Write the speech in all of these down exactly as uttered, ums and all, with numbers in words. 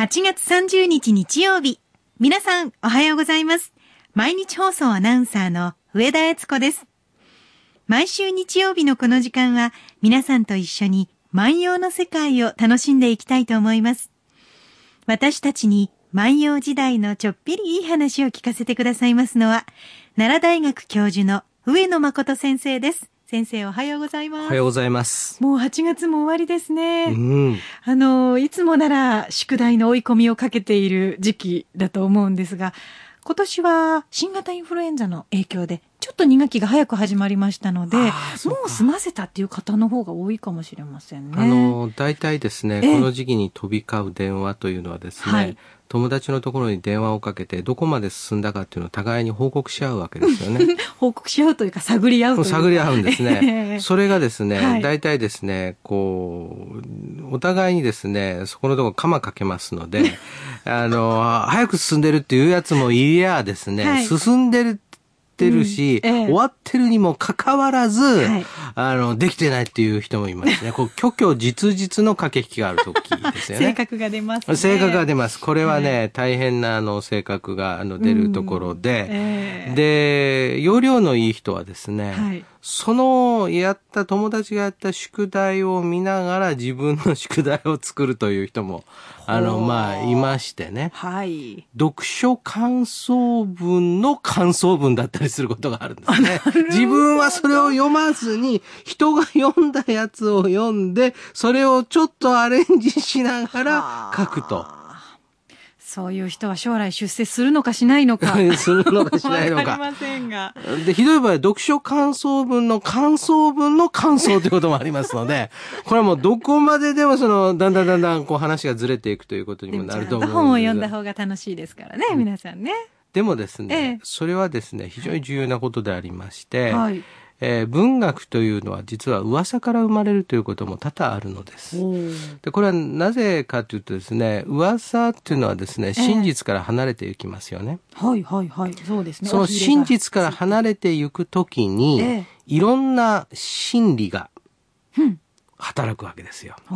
はちがつさんじゅうにち日曜日。皆さんおはようございます。毎日放送アナウンサーの上田悦子です。毎週日曜日のこの時間は皆さんと一緒に万葉の世界を楽しんでいきたいと思います。私たちに万葉時代のちょっぴりいい話を聞かせてくださいますのは、奈良大学教授の上野誠先生です。先生おはようございます。 おはようございます。 もうはちがつも終わりですね。 うん、 あのいつもなら宿題の追い込みをかけている時期だと思うんですが、今年は新型インフルエンザの影響でちょっとに学期が早く始まりましたので、もう済ませたっていう方の方が多いかもしれませんね。 あの大体ですね、 ええ、 この時期に飛び交う電話というのはですね、はい、友達のところに電話をかけてどこまで進んだかっていうのを互いに報告し合うわけですよね。 報告し合うというか探り合うというか探り合うんですね。 えー、 それがですね、 はい、 大体ですね、こうお互いにですね、そこのところ鎌かけますのであの早く進んでるっていうやつもいやですね、はい、進んでるてるし、うんええ、終わってるにもかかわらず、はい、あのできてないっていう人もいますね。こう虚虚実実の駆け引きがある時ですよね。 性格が出ますね。 性格が出ます。これはね、はい、大変なあの性格があの出るところで、うんええ、で要領のいい人はですね、はい、そのやった友達がやった宿題を見ながら自分の宿題を作るという人もあのまあいましてね、はい、読書感想文の感想文だったりすることがあるんですね。自分はそれを読まずに人が読んだやつを読んで、それをちょっとアレンジしながら書くと。 そういう人は将来出世するのかしないのかするのかしないのか。 わかりませんが。 で、ひどい場合は読書感想文の感想文の感想ということもありますので、これはもうどこまででもその、だんだんだんだんこう話がずれていくということにもなると思うんです。 本を読んだ方が楽しいですからね、うん、皆さんね。 でもですね、 ええ、それはですね、非常に重要なことでありまして、はい、えー、文学というのは実は噂から生まれるということも多々あるのです。で、これはなぜかというとですね、噂っていうのはですね、真実から離れていきますよね。 えー、はいはいはい、そうですね。 その真実から離れていくときに、えー、いろんな心理が働くわけですよ。うん、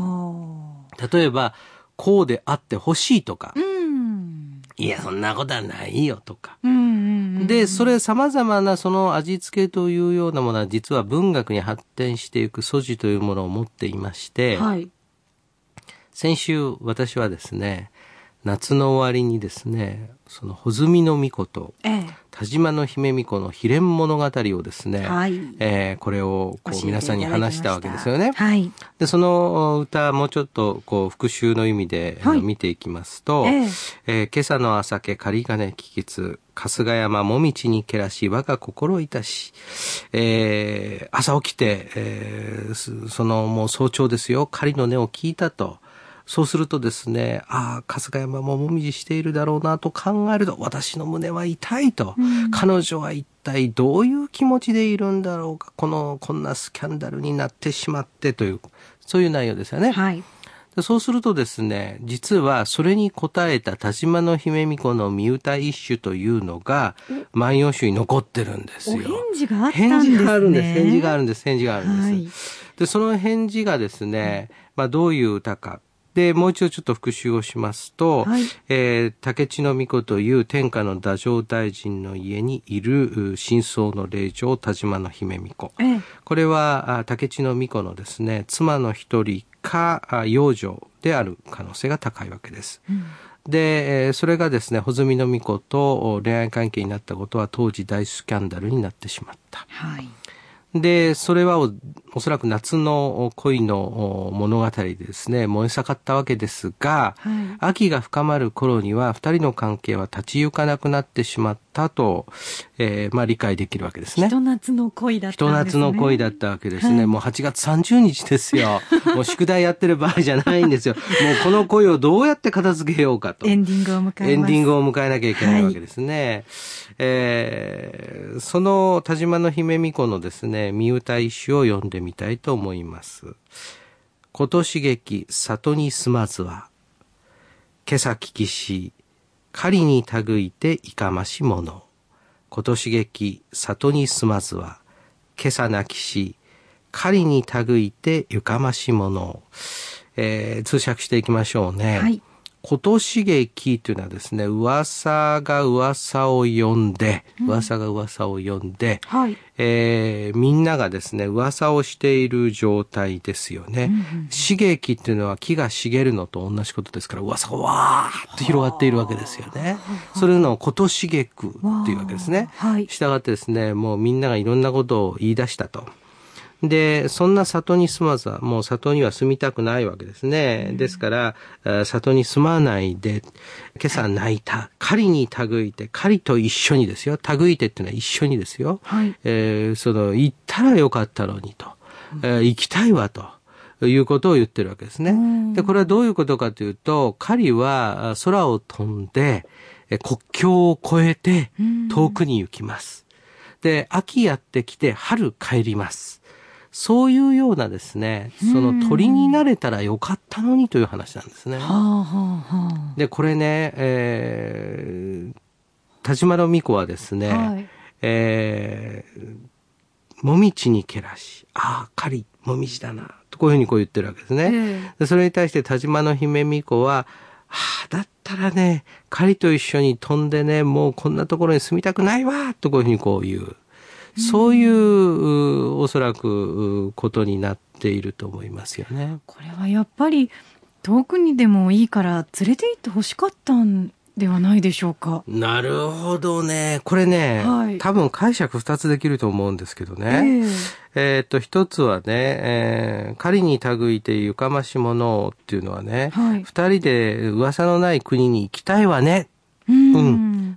例えば、こうであってほしいとか、うん、いやそんなことはないよとか、うん、でそれ様々なその味付けというようなものは実は文学に発展していく素地というものを持っていまして、はい、先週私はですね、夏の終わりにですね、その穂積の巫女と田島の姫巫女の秘伝物語をですね、はい、えー、これをこう皆さんに話したわけですよね。はい、でその歌もうちょっとこう復習の意味で、はい、見ていきますと、えーえー、今朝の朝家仮金聞きつ春日山もみちにけらし我が心いたし、えー、朝起きて、えー、そのもう早朝ですよ、仮の音を聞いたと。そうするとですね、ああ、春日山ももみじしているだろうなと考えると、私の胸は痛いと、うん、彼女は一体どういう気持ちでいるんだろうか、このこんなスキャンダルになってしまってという、そういう内容ですよね。はい、でそうするとですね、実はそれに応えた田島の姫巫女の身歌一首というのが万葉集に残ってるんですよ。 お返事があったんですね。 返事があるんです。返事があるんです。返事があるんです。はい、でその返事がですね、まあ、どういう歌か。で、もう一度ちょっと復習をしますと、はい、えー、竹地の巫女という天下の太政大臣の家にいる真相の令嬢田島の姫巫女。ええ、これは竹地の巫女のですね、妻の一人か養女である可能性が高いわけです。うん、で、それがですね、穂積の巫女と恋愛関係になったことは当時大スキャンダルになってしまった。はい、で、それは お, おそらく夏の恋の物語でですね、燃え盛ったわけですが、はい、秋が深まる頃には二人の関係は立ち行かなくなってしまったと、えー、まあ理解できるわけですね。 ひと夏の恋だったんですね。 ひと夏の恋だったわけですね。はい、もうはちがつさんじゅうにちですよ。もう宿題やってる場合じゃないんですよ。もうこの恋をどうやって片付けようかと。 エンディングを迎えます。 エンディングを迎えなきゃいけないわけですね。はい、えー、その田島の姫巫女のですね、身歌一首を読んでみたいと思います。今年劇里に住まずは、今朝聞きし狩りにたぐいていかましもの。今年劇里に住まずは、今朝泣きし狩りにたぐいてゆかましもの。えー、通訳していきましょうね。はい、 ことしげきというのはですね、噂が噂を呼んで、噂が噂を呼んで、うん、はい、えー、みんながですね、噂をしている状態ですよね。うんうん、茂きっていうのは木が茂るのと同じことですから、噂がわーっと広がっているわけですよね。それのをことしげくっていうわけですね。はい、したがってですね、もうみんながいろんなことを言い出したと。で、そんな里に住まずは、もう里には住みたくないわけですね。ですから、里に住まないで、今朝泣いた。狩りにたぐいて、狩りと一緒にですよ。たぐいてっていうのは一緒にですよ。はい、えー、その、行ったらよかったのにと。えー、行きたいわと。いうことを言ってるわけですね。で、これはどういうことかというと、狩りは空を飛んで、国境を越えて遠くに行きます。で、秋やってきて春帰ります。そういうようなですね、その鳥になれたらよかったのにという話なんですね。はあはあはあ、で、これね、えー、田島の巫女はですね、はい、えー、もみちにけらし、ああ、狩り、もみじだな、とこういうふうにこう言ってるわけですね。えー、でそれに対して田島の姫巫女は、ああ、だったらね、狩りと一緒に飛んでね、もうこんなところに住みたくないわ、とこういうふうにこう言う。そういう、おそらくことになっていると思いますよね。 これはやっぱり遠くにでもいいから連れて行ってほしかったんではないでしょうか。 なるほどね。これね、はい、多分解釈二つできると思うんですけどね。えー、えー、っと、一つはね、えー、狩りにたぐいてゆかましものをっていうのはね、はい、二人で噂のない国に行きたいわね。うん、うん。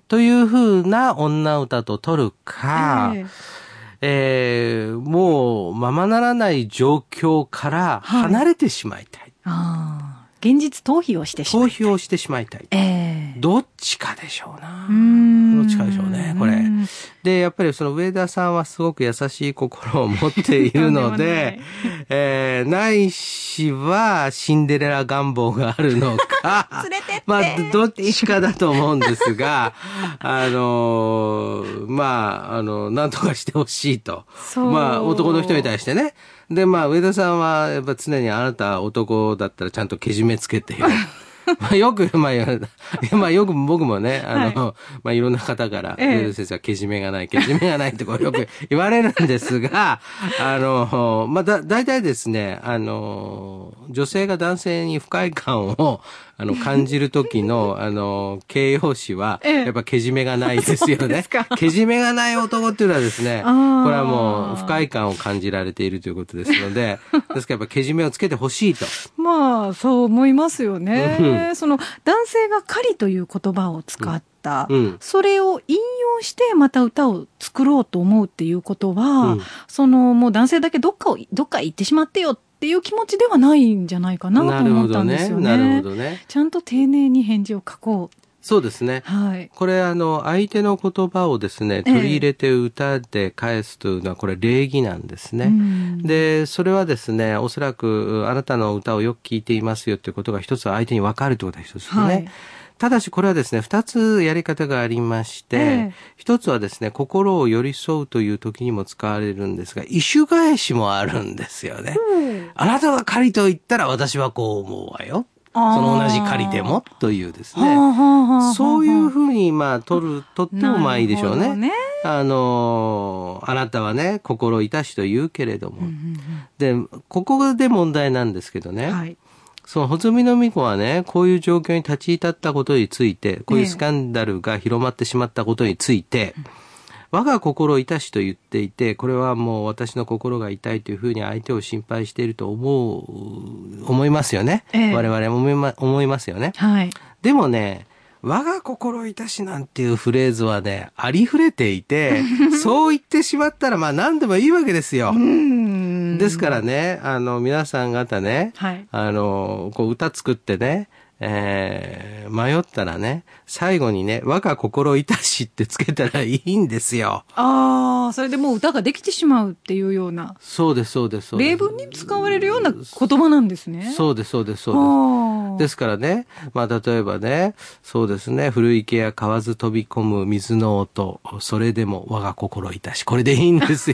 というふうな女歌と取るか、えーえー、もうままならない状況から離れてしまいたい。はい、 あ現実逃避をしてしまいたい。 逃避をしてしまいたい。えー、どっちかでしょうな。 うーんどっちかでしょうね、これ。で、やっぱりその上田さんはすごく優しい心を持っているので、えー、ないしはシンデレラ願望があるのか、 連れてってまあ、どっちかだと思うんですが、あの、まあ、あの、なんとかしてほしいと。まあ、男の人に対してね。で、まあ、上田さんは、やっぱ常にあなた男だったらちゃんとけじめつけてよ。まあよく、まあ、まあよく僕もね、あの、はい、まあいろんな方から、上田先生はけじめがない、けじめがないってこうよく言われるんですが、あの、まあだ、大体ですね、あの、女性が男性に不快感を、あの、感じる時の、あの、形容詞は、やっぱけじめがないですよね。けじめがない男っていうのはですね、これはもう不快感を感じられているということですので、ですからやっぱけじめをつけてほしいと。 まあ、そう思いますよね。その、男性が狩りという言葉を使った、うん、それを引用してまた歌を作ろうと思うっていうことは、うん、その、もう男性だけどっかを、どっか行ってしまってよっていう気持ちではないんじゃないかなと思ったんですよね。 なるほどね。なるほどね。 ちゃんと丁寧に返事を書こう。 そうですね。はい。これあの、相手の言葉をですね、取り入れて歌で返すというのは、これ礼儀なんですね。で、それはですね、おそらくあなたの歌をよく聞いていますよということが一つ相手に分かるということが一つですね。はい、ただしこれはですね、二つやり方がありまして、ええ、一つはですね、心を寄り添うという時にも使われるんですが、意種返しもあるんですよね。うん、あなたが狩りと言ったら私はこう思うわよ。その同じ狩りでもというですね。そういうふうにまあ取る、取ってもまあいいでしょうね。ねあの、あなたはね、心いたしと言うけれども。うんうんうん、で、ここで問題なんですけどね。はい、その、穂積の巫女はね、こういう状況に立ち至ったことについて、こういうスキャンダルが広まってしまったことについて、ええ我が心いたしと言っていて、これはもう私の心が痛いというふうに相手を心配していると思う、思いますよね。ええ、我々も思いま、思いますよね。はい。でもね、我が心いたしなんていうフレーズはね、ありふれていて、そう言ってしまったらまあ何でもいいわけですよ。うんですからね、あの皆さん方ね、はい、あの、こう歌作ってね、えー、迷ったらね、最後にね、我が心いたしってつけたらいいんですよ。 ああ、それでもう歌ができてしまうっていうような。 そうです、そうです、そうです。 例文に使われるような言葉なんですね。 そうです、そうです、そうです。ですからね、まあ例えばね、そうですね、古池や買わず飛び込む水の音、それでも我が心いたし、これでいいんですよ。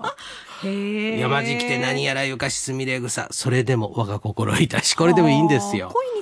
へ山敷て何やらゆかしすみれ草、それでも我が心いたし、これでもいいんですよ。 恋に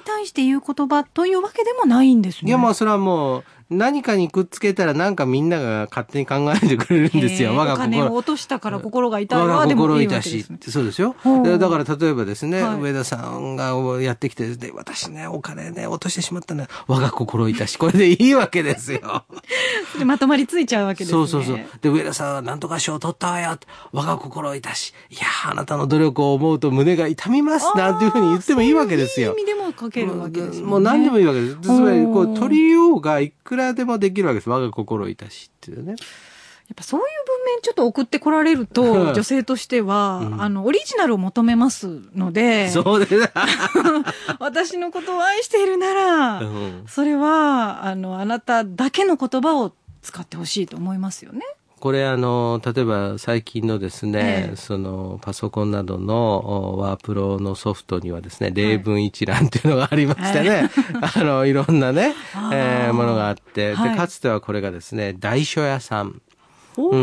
対して言う言葉というわけでもないんですね。 いや、まあそれはもう、何かにくっつけたらなんかみんなが勝手に考えてくれるんですよ。我が心。 お金を落としたから心が痛いわ、 我がでも心いいわけですね。 痛し。そうですよ。だから例えばですね、はい、上田さんがやってきてですね、私ね、お金ね、落としてしまったね、我が心痛し。これでいいわけですよ。 でまとまりついちゃうわけですね。 そうそうそう。で、上田さんはなんとか賞を取ったわよ。我が心痛し。いやー、あなたの努力を思うと胸が痛みます。なんていうふうに言ってもいいわけですよ。 そういう意味でも書けるわけですね。 もう何でもいいわけです。つまり、こう、取りようがいくらでもできるわけです。我が心痛しっていうね。やっぱそういう文面ちょっと送ってこられると、女性としては、うん、あの、オリジナルを求めますので、 そうです。 私のことを愛しているなら、うん、それは、あの、あなただけの言葉を使ってほしいと思いますよね。 これあの、例えば最近のですね、ええ、そのパソコンなどのワープロのソフトにはですね、例文一覧っていうのがありましてね、はい、あの、いろんなね、えー、ものがあって、はい、で、かつてはこれがですね、大書屋さん。うん、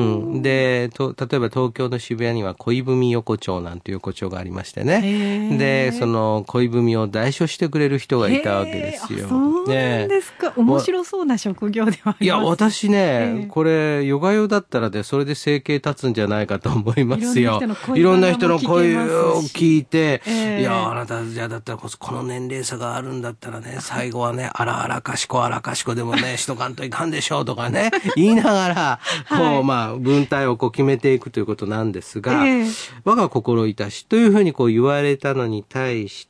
でと、例えば東京の渋谷には恋文横丁なんていう横丁がありましてね。で、その恋文を代書してくれる人がいたわけですよ。 そうなんですか。ね、面白そうな職業ではあります。 いや、私ね、これ、ヨガヨだったらで、それで生計立つんじゃないかと思いますよ。いろんな人の声を聞いて、いや、あなた、じゃあだったらこの年齢差があるんだったらね、最後はね、あらあらかしこあらかしこでもね、しとかんといかんでしょうとかね、言いながら、こう、はいまあ、文体をこう決めていくということなんですが、えー、我が心いたしというふうにこう言われたのに対して、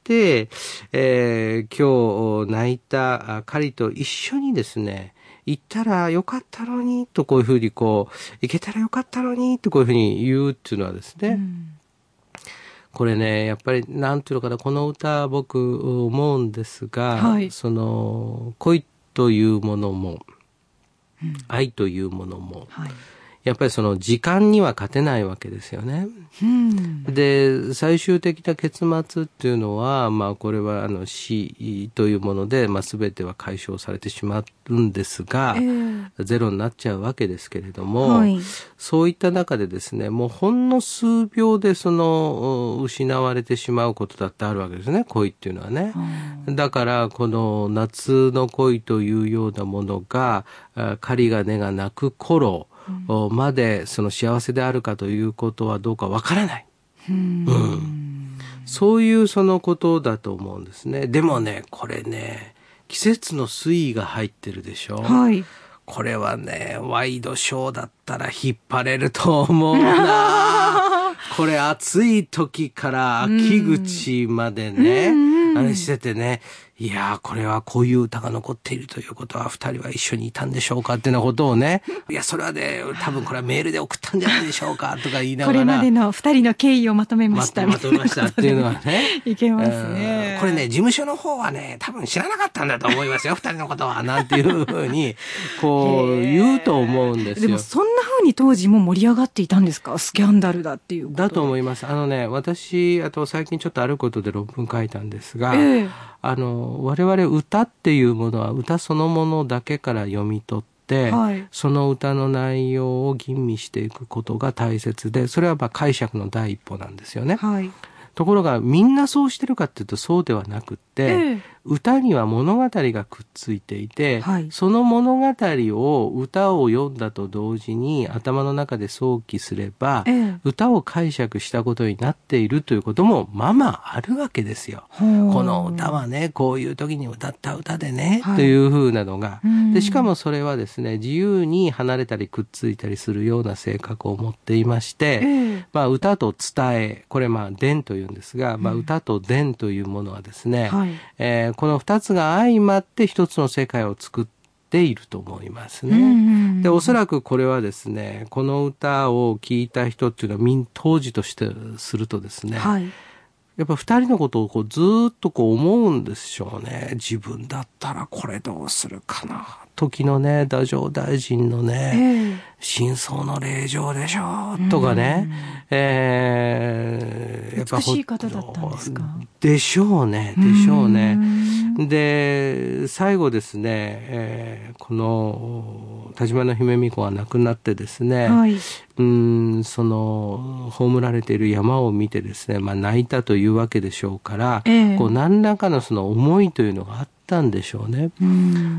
えー、今日泣いた彼と一緒にですね、行ったらよかったのにとこういうふうにこう、行けたらよかったのにとこういうふうに言うっていうのはですね、うん、これね、やっぱりなんていうのかな、この歌僕思うんですが、はい、その恋というものも、うん、愛というものも、はいやっぱりその時間には勝てないわけですよね。うん、で、最終的な結末っていうのは、まあこれはあの死というもので、まあ全ては解消されてしまうんですが、えー、ゼロになっちゃうわけですけれども、はい、そういった中でですね、もうほんの数秒でその失われてしまうことだってあるわけですね、恋っていうのはね。うん、だからこの夏の恋というようなものが、狩りが根が鳴く頃、までその幸せであるかということはどうかわからない。うん、うん、そういうそのことだと思うんですね。でもね、これね、季節の推移が入ってるでしょ。はい。これはね、ワイドショーだったら引っ張れると思うな。これ暑い時から秋口までね、うん、あれしててね、いやー、これはこういう歌が残っているということは、二人は一緒にいたんでしょうかっていうようなことをね、いや、それはね、多分これはメールで送ったんじゃないでしょうかとか言いながら。 これまでの二人の経緯をまとめました。 ま, まとめましたっていうのはね。 いけますね。 これね、事務所の方はね、多分知らなかったんだと思いますよ、二人のことは。なんていうふうに、こう、言うと思うんですよ。 でも、そんなふうに当時も盛り上がっていたんですか？スキャンダルだっていうこと。 だと思います。あのね、私、あと最近ちょっとあることで論文書いたんですが、えーあの我々歌っていうものは歌そのものだけから読み取って、はい、その歌の内容を吟味していくことが大切で、それはまあ解釈の第一歩なんですよね。はい、ところがみんなそうしてるかっていうとそうではなくって、えー、歌には物語がくっついていて、はい、その物語を歌を読んだと同時に頭の中で想起すれば、えー、歌を解釈したことになっているということもまあまああるわけですよ。この歌はね、こういう時に歌った歌でね、はい、というふうなのがで、しかもそれはですね、自由に離れたりくっついたりするような性格を持っていまして、えーまあ、歌と伝え、これまあ伝というんですが、まあ、歌と伝というものはですね、はいえーこの二つが相まって一つの世界を作っていると思いますね。うんうんうん、で、おそらくこれはですね、この歌を聴いた人っていうのは当時としてするとですね、はい、やっぱ二人のことをこうずっとこう思うんでしょうね。自分だったらこれどうするかな。時のね、太政大臣のね、えー、真相の令状でしょとかね、 えー、やっぱ美しい方だったんですか？ でしょうね、でしょうね。 で、最後ですね、えー、この、田島の姫巫女が亡くなってですね、はい、うん、その、葬られている山を見てですね、まあ泣いたというわけでしょうから、えー、こう何らかのその思いというのがあったんでしょうね。うん、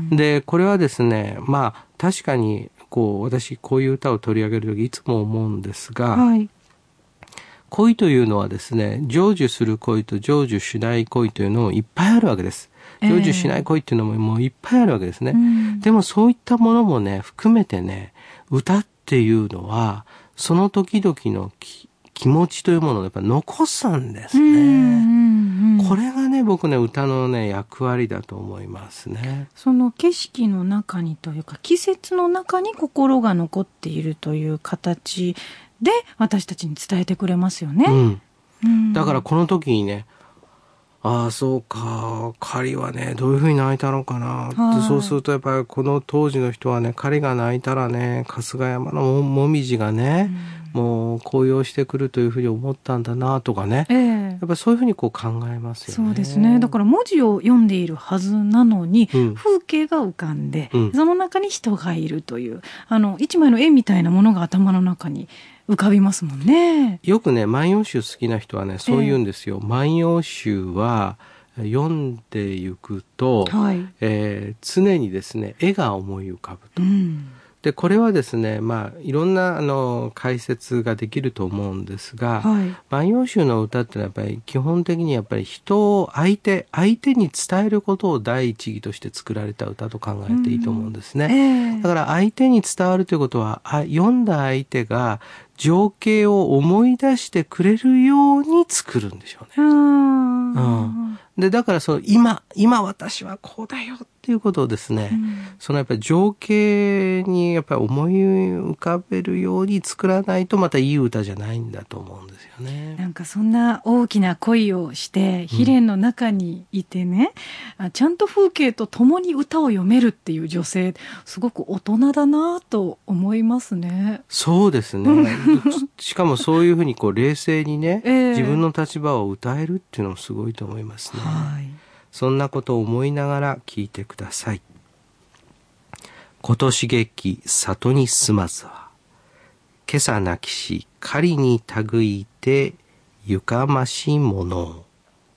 で、これはですね、まあ確かに、こう、私こういう歌を取り上げるときいつも思うんですが、はい、恋というのはですね、成就する恋と成就しない恋というのもいっぱいあるわけです。成就しない恋っていうのももういっぱいあるわけですね。えー、でもそういったものもね、含めてね、歌っていうのは、その時々のき気持ちというものをやっぱ残すんですね。うんうんうん、これがね、僕ね、歌のね、役割だと思いますね。 その景色の中にというか、季節の中に心が残っているという形で私たちに伝えてくれますよね。 うんうん、だからこの時にね、ああ、そうか、狩りはね、どういうふうに泣いたのかなって、そうするとやっぱりこの当時の人はね、狩りが泣いたらね、春日山のもみじがね、うん、もう紅葉してくるというふうに思ったんだなとかね、えー、やっぱりそういうふうにこう考えますよね。 そうですね。だから文字を読んでいるはずなのに、うん、風景が浮かんで、うん、その中に人がいるという、あの、一枚の絵みたいなものが頭の中に浮かびますもんね。 よくね、万葉集好きな人はね、そう言うんですよ。えー、万葉集は読んでいくと、はい、えー、常にですね、絵が思い浮かぶと。うん、で、これはですね、まあ、いろんな、あの、解説ができると思うんですが、はい、万葉集の歌ってのはやっぱり基本的にやっぱり人を相手、相手に伝えることを第一義として作られた歌と考えていいと思うんですね。うんえー、だから相手に伝わるということは、あ、読んだ相手が情景を思い出してくれるように作るんでしょうね。うんうんで、だからその今、今私はこうだよっていうことをですね、うん、そのやっぱり情景にやっぱり思い浮かべるように作らないとまたいい歌じゃないんだと思うんですよね。 なんかそんな大きな恋をして悲恋の中にいてね、うん、ちゃんと風景と共に歌を読めるっていう女性、すごく大人だなと思いますね。 そうですね。しかもそういうふうにこう冷静にね、えー、自分の立場を歌えるっていうのもすごいと思いますね。はい、そんなことを思いながら聞いてください。今年劇里に住まずは、今朝泣きし狩りにたぐいてゆかましもの。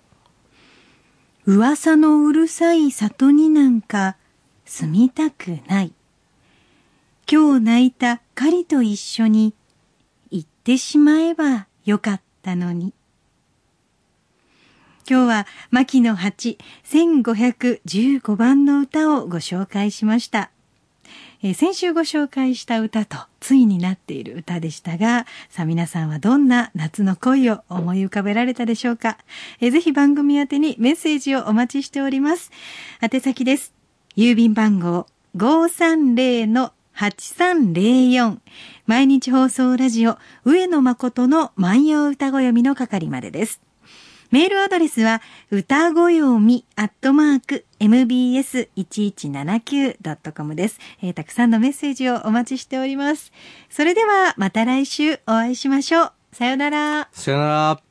噂のうるさい里になんか住みたくない。今日泣いた狩りと一緒に行ってしまえばよかったのに。今日は牧野八せんごひゃくじゅうごばんの歌をご紹介しました。えー、先週ご紹介した歌と対になっている歌でしたが、さあ皆さんはどんな夏の恋を思い浮かべられたでしょうか。えー、ぜひ番組宛てにメッセージをお待ちしております。宛先です。郵便番号 ごーさんぜろのはちさんぜろよん 毎日放送ラジオ上野誠の万葉歌ご読みの係までです。メールアドレスは歌ごよみアットマーク エムビーエスいちいちななきゅうドットコム です、えー。たくさんのメッセージをお待ちしております。それではまた来週お会いしましょう。さよなら。 さよなら。